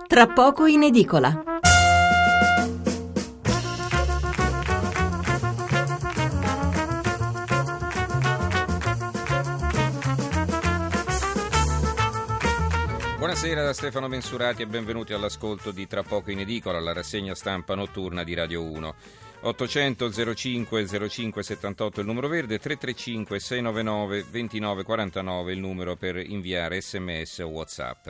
tra poco in edicola. Buonasera da Stefano Mensurati e benvenuti all'ascolto di Tra poco in edicola, la rassegna stampa notturna di Radio 1. 800 05 05 78 il numero verde, 335 699 29 49 il numero per inviare sms o WhatsApp.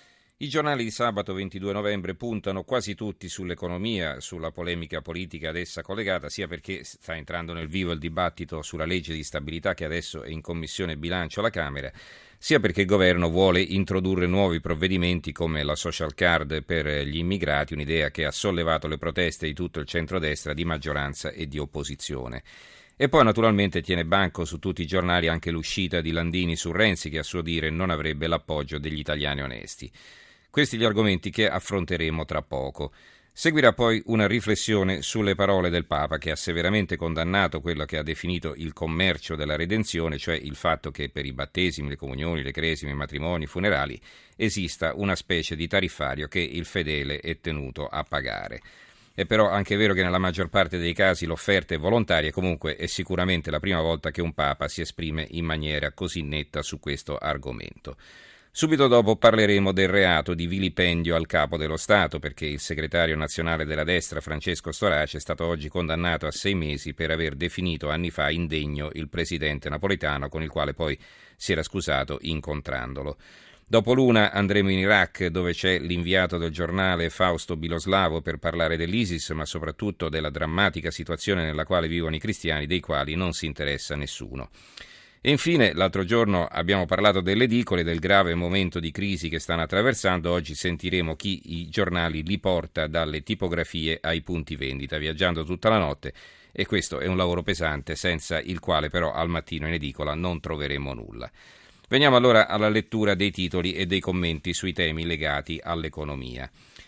I giornali di sabato 22 novembre puntano quasi tutti sull'economia, sulla polemica politica ad essa collegata, sia perché sta entrando nel vivo il dibattito sulla legge di stabilità che adesso è in Commissione Bilancio alla Camera, sia perché il governo vuole introdurre nuovi provvedimenti come la social card per gli immigrati, un'idea che ha sollevato le proteste di tutto il centrodestra di maggioranza e di opposizione. E poi naturalmente tiene banco su tutti i giornali anche l'uscita di Landini su Renzi, che a suo dire non avrebbe l'appoggio degli italiani onesti. Questi gli argomenti che affronteremo tra poco. Seguirà poi una riflessione sulle parole del Papa, che ha severamente condannato quello che ha definito il commercio della redenzione, cioè il fatto che per i battesimi, le comunioni, le cresime, i matrimoni, i funerali esista una specie di tariffario che il fedele è tenuto a pagare. È però anche vero che nella maggior parte dei casi l'offerta è volontaria e comunque è sicuramente la prima volta che un Papa si esprime in maniera così netta su questo argomento. Subito dopo parleremo del reato di vilipendio al capo dello Stato, perché il segretario nazionale della destra Francesco Storace è stato oggi condannato a 6 mesi per aver definito anni fa indegno il presidente napoletano, con il quale poi si era scusato incontrandolo. Dopo l'una andremo in Iraq, dove c'è l'inviato del giornale Fausto Biloslavo per parlare dell'ISIS, ma soprattutto della drammatica situazione nella quale vivono i cristiani, dei quali non si interessa nessuno. E infine, l'altro giorno abbiamo parlato delle edicole, del grave momento di crisi che stanno attraversando. Oggi sentiremo chi i giornali li porta dalle tipografie ai punti vendita, viaggiando tutta la notte, e questo è un lavoro pesante, senza il quale però al mattino in edicola non troveremo nulla. Veniamo allora alla lettura dei titoli e dei commenti sui temi legati all'economia.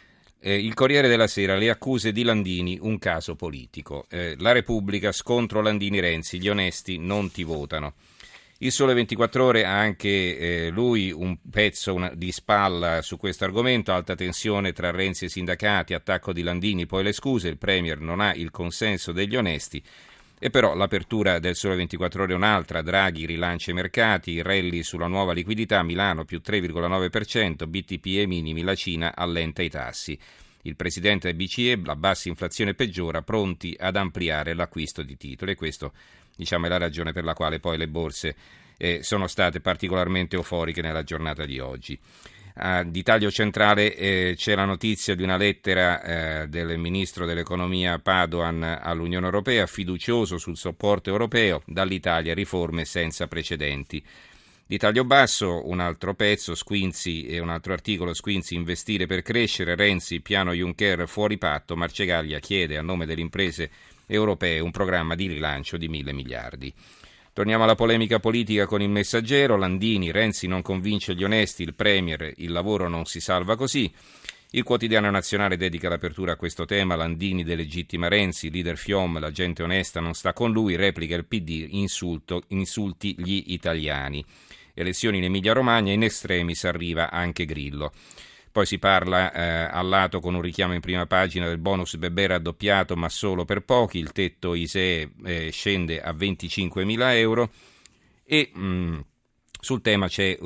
Il Corriere della Sera, le accuse di Landini, un caso politico. La Repubblica, scontro Landini-Renzi, gli onesti non ti votano. Il Sole 24 Ore ha anche lui un pezzo di spalla su questo argomento, alta tensione tra Renzi e sindacati, attacco di Landini, poi le scuse, il Premier non ha il consenso degli onesti, e però l'apertura del Sole 24 Ore è un'altra, Draghi rilancia i mercati, rally sulla nuova liquidità, Milano più 3,9%, BTP ai minimi, la Cina allenta i tassi. Il presidente del BCE, la bassa inflazione peggiora, pronti ad ampliare l'acquisto di titoli, e questo è la ragione per la quale poi le borse sono state particolarmente euforiche nella giornata di oggi. Di taglio centrale c'è la notizia di una lettera del ministro dell'economia Padoan all'Unione Europea, fiducioso sul supporto europeo, dall'Italia riforme senza precedenti. Di taglio basso un altro pezzo, Squinzi e un altro articolo, Squinzi investire per crescere, Renzi piano Juncker fuori patto, Marcegaglia chiede a nome delle imprese europee un programma di rilancio di 1.000 miliardi. Torniamo alla polemica politica con il Messaggero, Landini, Renzi non convince gli onesti, il Premier, il lavoro non si salva così. Il Quotidiano Nazionale dedica l'apertura a questo tema, Landini delegittima Renzi, leader Fiom, la gente onesta non sta con lui, replica il PD, insulti gli italiani. Elezioni in Emilia-Romagna, in extremis arriva anche Grillo. Poi si parla al lato con un richiamo in prima pagina del bonus bebè raddoppiato ma solo per pochi, il tetto ISEE scende a 25.000 euro e sul tema c'è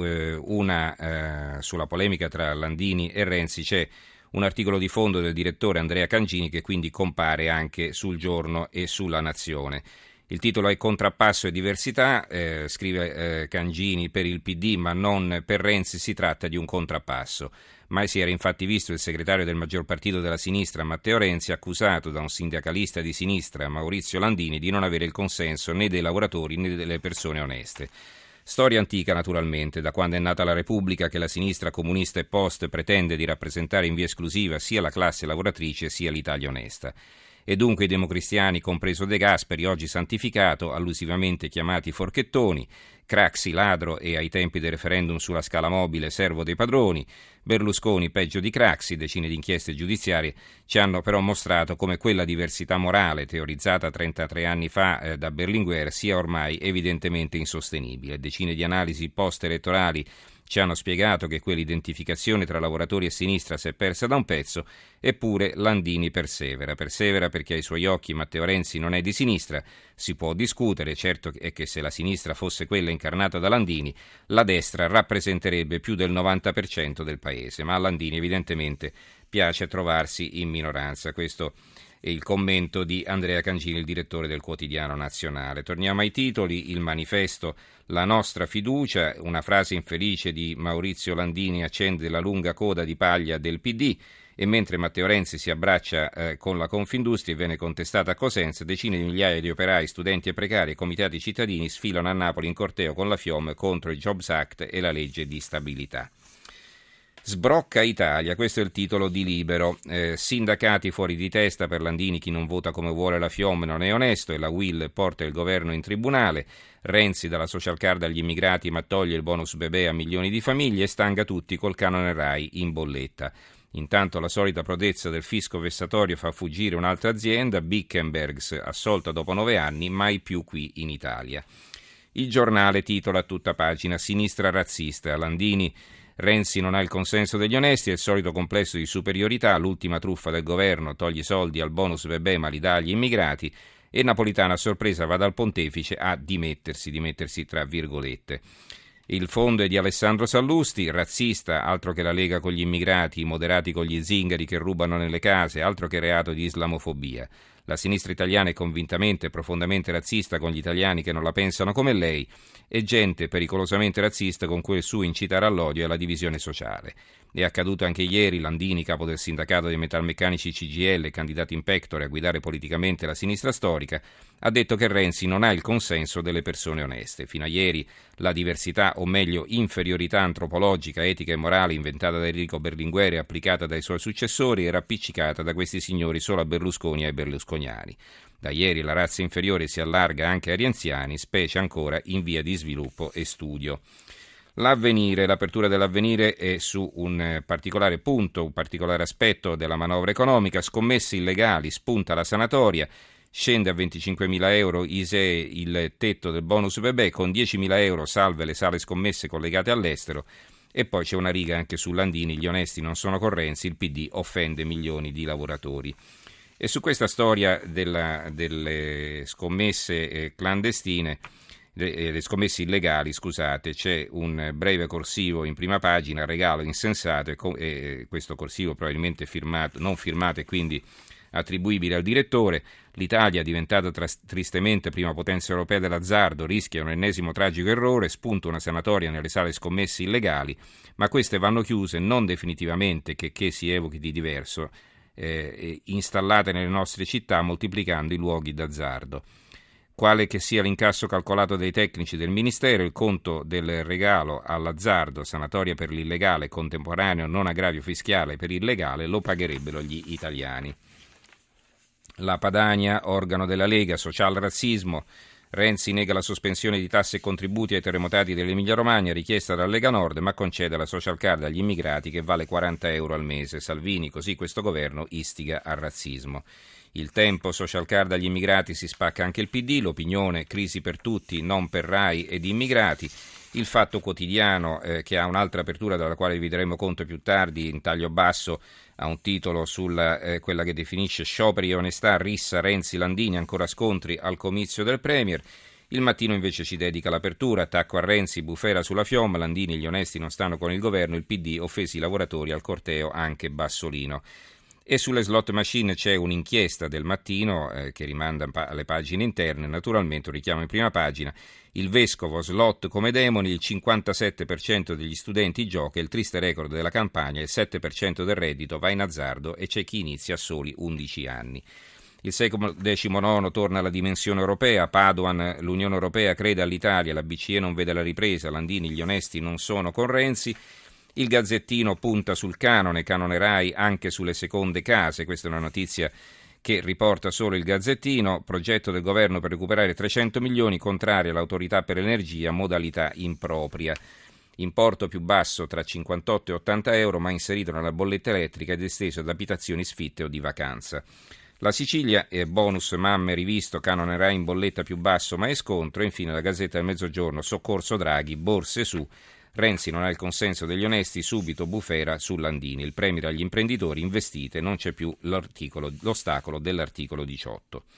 sulla polemica tra Landini e Renzi c'è un articolo di fondo del direttore Andrea Cangini che quindi compare anche sul Giorno e sulla Nazione. Il titolo è Contrappasso e diversità, scrive Cangini, per il PD ma non per Renzi si tratta di un contrappasso. Mai si era infatti visto il segretario del maggior partito della sinistra, Matteo Renzi, accusato da un sindacalista di sinistra, Maurizio Landini, di non avere il consenso né dei lavoratori né delle persone oneste. Storia antica naturalmente, da quando è nata la Repubblica che la sinistra comunista e post pretende di rappresentare in via esclusiva sia la classe lavoratrice sia l'Italia onesta. E dunque i democristiani, compreso De Gasperi, oggi santificato, allusivamente chiamati forchettoni, Craxi ladro e ai tempi del referendum sulla scala mobile servo dei padroni, Berlusconi peggio di Craxi, decine di inchieste giudiziarie ci hanno però mostrato come quella diversità morale teorizzata 33 anni fa da Berlinguer sia ormai evidentemente insostenibile. Decine di analisi post-elettorali ci hanno spiegato che quell'identificazione tra lavoratori e sinistra si è persa da un pezzo, eppure Landini persevera perché ai suoi occhi Matteo Renzi non è di sinistra. Si può discutere, certo è che se la sinistra fosse quella incarnata da Landini, la destra rappresenterebbe più del 90% del paese, ma a Landini evidentemente piace trovarsi in minoranza. Questo è il commento di Andrea Cangini, il direttore del Quotidiano Nazionale. Torniamo ai titoli. Il Manifesto, la nostra fiducia, una frase infelice di Maurizio Landini accende la lunga coda di paglia del PD. E mentre Matteo Renzi si abbraccia con la Confindustria e viene contestata a Cosenza, decine di migliaia di operai, studenti e precari e comitati cittadini sfilano a Napoli in corteo con la FIOM contro il Jobs Act e la legge di stabilità. Sbrocca Italia, questo è il titolo di Libero. Sindacati fuori di testa per Landini, chi non vota come vuole la FIOM non è onesto, e la UIL porta il governo in tribunale. Renzi dalla social card agli immigrati ma toglie il bonus bebè a milioni di famiglie e stanga tutti col canone Rai in bolletta. Intanto la solita prodezza del fisco vessatorio fa fuggire un'altra azienda, Bickenbergs, assolta dopo 9 anni, mai più qui in Italia. Il Giornale titola a tutta pagina: sinistra razzista, Landini, Renzi non ha il consenso degli onesti, è il solito complesso di superiorità, l'ultima truffa del governo, toglie i soldi al bonus bebè ma li dà agli immigrati, e Napolitano a sorpresa va dal pontefice a dimettersi tra virgolette. Il fondo è di Alessandro Sallusti, razzista, altro che la Lega con gli immigrati, i moderati con gli zingari che rubano nelle case, altro che reato di islamofobia. La sinistra italiana è convintamente e profondamente razzista con gli italiani che non la pensano come lei, e gente pericolosamente razzista con quel suo incitare all'odio e alla divisione sociale. È accaduto anche ieri. Landini, capo del sindacato dei metalmeccanici CGIL, candidato in pectore a guidare politicamente la sinistra storica, ha detto che Renzi non ha il consenso delle persone oneste. Fino a ieri la diversità, o meglio inferiorità antropologica, etica e morale inventata da Enrico Berlinguer e applicata dai suoi successori era appiccicata da questi signori solo a Berlusconi e ai berlusconiani. Da ieri la razza inferiore si allarga anche ai renziani, specie ancora in via di sviluppo e studio. L'Avvenire, l'apertura dell'Avvenire è su un particolare punto, un particolare aspetto della manovra economica: scommesse illegali, spunta la sanatoria, scende a 25.000 euro ISEE il tetto del bonus bebè, con 10.000 euro salve le sale scommesse collegate all'estero, e poi c'è una riga anche su Landini, gli onesti non sono con Renzi, il PD offende milioni di lavoratori. E su questa storia delle scommesse clandestine, le scommesse illegali, scusate, c'è un breve corsivo in prima pagina: regalo insensato, e questo corsivo probabilmente non firmato e quindi attribuibile al direttore. L'Italia, diventata tristemente prima potenza europea dell'azzardo, rischia un ennesimo tragico errore, spunta una sanatoria nelle sale scommesse illegali, ma queste vanno chiuse non definitivamente, che si evochi di diverso, installate nelle nostre città moltiplicando i luoghi d'azzardo. Quale che sia l'incasso calcolato dai tecnici del Ministero, il conto del regalo all'azzardo, sanatoria per l'illegale, contemporaneo non aggravio fiscale per il legale, lo pagherebbero gli italiani. La Padania, organo della Lega, social razzismo. Renzi nega la sospensione di tasse e contributi ai terremotati dell'Emilia-Romagna, richiesta dalla Lega Nord, ma concede la social card agli immigrati che vale 40 euro al mese. Salvini, così questo governo istiga al razzismo. Il Tempo, social card agli immigrati, si spacca anche il PD. L'Opinione, crisi per tutti, non per Rai ed immigrati. Il Fatto Quotidiano, che ha un'altra apertura della quale vi daremo conto più tardi, in taglio basso, ha un titolo sulla quella che definisce scioperi e onestà, rissa Renzi Landini, ancora scontri al comizio del Premier. Il Mattino invece ci dedica l'apertura: attacco a Renzi, bufera sulla FIOM, Landini, gli onesti non stanno con il governo, il PD offesi i lavoratori, al corteo anche Bassolino. E sulle slot machine c'è un'inchiesta del Mattino che rimanda alle pagine interne, naturalmente un richiamo in prima pagina: il vescovo, slot come demoni, il 57% degli studenti gioca, il triste record della campagna, il 7% del reddito va in azzardo e c'è chi inizia a soli 11 anni. Il 19° torna alla dimensione europea, Padoan, l'Unione Europea crede all'Italia, la BCE non vede la ripresa, Landini, gli onesti non sono con Renzi. Il Gazzettino punta sul canone Rai anche sulle seconde case, questa è una notizia che riporta solo il Gazzettino: progetto del governo per recuperare 300 milioni, contraria all'autorità per l'energia, modalità impropria. Importo più basso tra 58 e 80 euro, ma inserito nella bolletta elettrica ed esteso ad abitazioni sfitte o di vacanza. La Sicilia, bonus mamme rivisto, canone Rai in bolletta più basso ma è scontro. E infine la Gazzetta del Mezzogiorno, soccorso Draghi, borse su, Renzi non ha il consenso degli onesti, subito bufera su Landini. Il premier agli imprenditori: investite, non c'è più l'ostacolo dell'articolo 18.